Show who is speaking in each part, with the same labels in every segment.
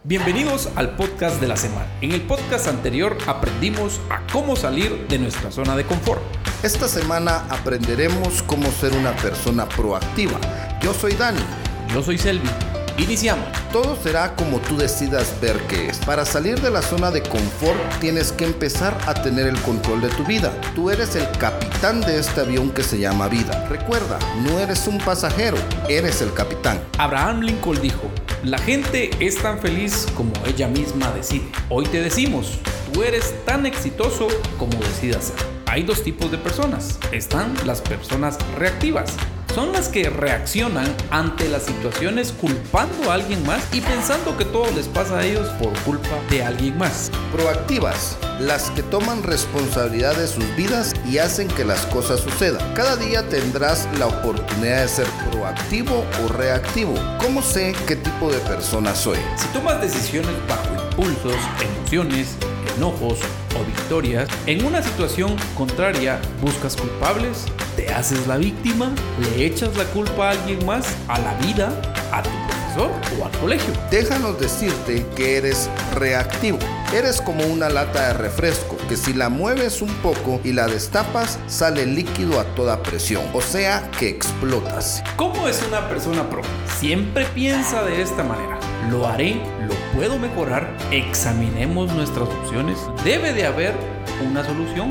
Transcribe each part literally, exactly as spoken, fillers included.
Speaker 1: Bienvenidos al podcast de la semana. En el podcast anterior aprendimos a cómo salir de nuestra zona de confort.
Speaker 2: Esta semana aprenderemos cómo ser una persona proactiva. Yo soy Dani.
Speaker 1: Yo soy Selvi. Iniciamos.
Speaker 2: Todo será como tú decidas ver que es. Para salir de la zona de confort tienes que empezar a tener el control de tu vida. Tú eres el capitán de este avión que se llama vida. Recuerda, no eres un pasajero, eres el capitán.
Speaker 1: Abraham Lincoln dijo: la gente es tan feliz como ella misma decide. Hoy te decimos, tú eres tan exitoso como decidas ser. Hay dos tipos de personas. Están las personas reactivas. Son las que reaccionan ante las situaciones culpando a alguien más y pensando que todo les pasa a ellos por culpa de alguien más.
Speaker 2: Proactivas, las que toman responsabilidad de sus vidas y hacen que las cosas sucedan. Cada día tendrás la oportunidad de ser proactivo o reactivo. ¿Cómo sé qué tipo de persona soy?
Speaker 1: Si tomas decisiones bajo impulsos, emociones, enojos o victorias, en una situación contraria buscas culpables, te haces la víctima, le echas la culpa a alguien más, a la vida, a tu profesor o al colegio.
Speaker 2: Déjanos decirte que eres reactivo. Eres como una lata de refresco que si la mueves un poco y la destapas, sale líquido a toda presión, o sea que explotas.
Speaker 1: ¿Cómo es una persona pro? Siempre piensa de esta manera: lo haré, lo puedo mejorar, examinemos nuestras opciones, debe de haber una solución,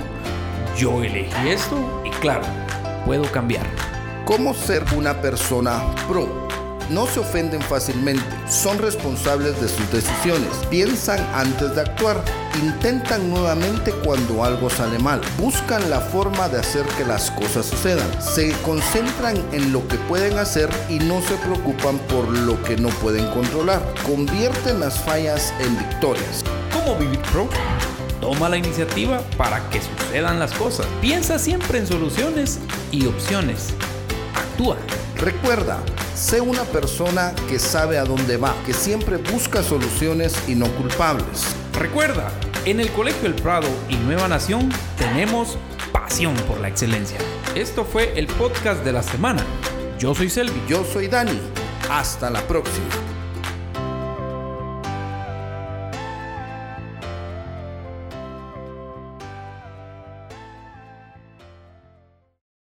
Speaker 1: yo elegí esto y claro, puedo cambiar.
Speaker 2: ¿Cómo ser una persona pro? No se ofenden fácilmente, son responsables de sus decisiones, piensan antes de actuar, intentan nuevamente cuando algo sale mal, buscan la forma de hacer que las cosas sucedan, se concentran en lo que pueden hacer y no se preocupan por lo que no pueden controlar, convierten las fallas en victorias.
Speaker 1: ¿Cómo vivir pro? Toma la iniciativa para que sucedan las cosas, piensa siempre en soluciones y opciones, actúa.
Speaker 2: Recuerda, sé una persona que sabe a dónde va, que siempre busca soluciones y no culpables.
Speaker 1: Recuerda, en el Colegio El Prado y Nueva Nación tenemos pasión por la excelencia. Esto fue el podcast de la semana. Yo soy Selvi.
Speaker 2: Yo soy Dani. Hasta la próxima.